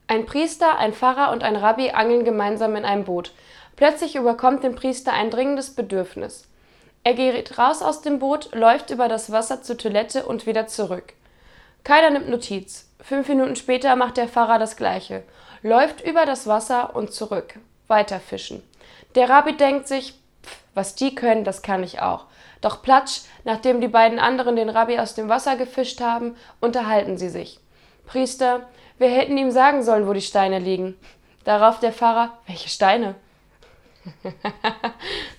Ein Priester, ein Pfarrer und ein Rabbi angeln gemeinsam in einem Boot. Plötzlich überkommt den Priester ein dringendes Bedürfnis. Er geht raus aus dem Boot, läuft über das Wasser zur Toilette und wieder zurück. Keiner nimmt Notiz. 5 Minuten später macht der Pfarrer das Gleiche. Läuft über das Wasser und zurück. Weiter fischen. Der Rabbi denkt sich, was die können, das kann ich auch. Doch platsch, nachdem die beiden anderen den Rabbi aus dem Wasser gefischt haben, unterhalten sie sich. Priester, wir hätten ihm sagen sollen, wo die Steine liegen. Darauf der Pfarrer, welche Steine?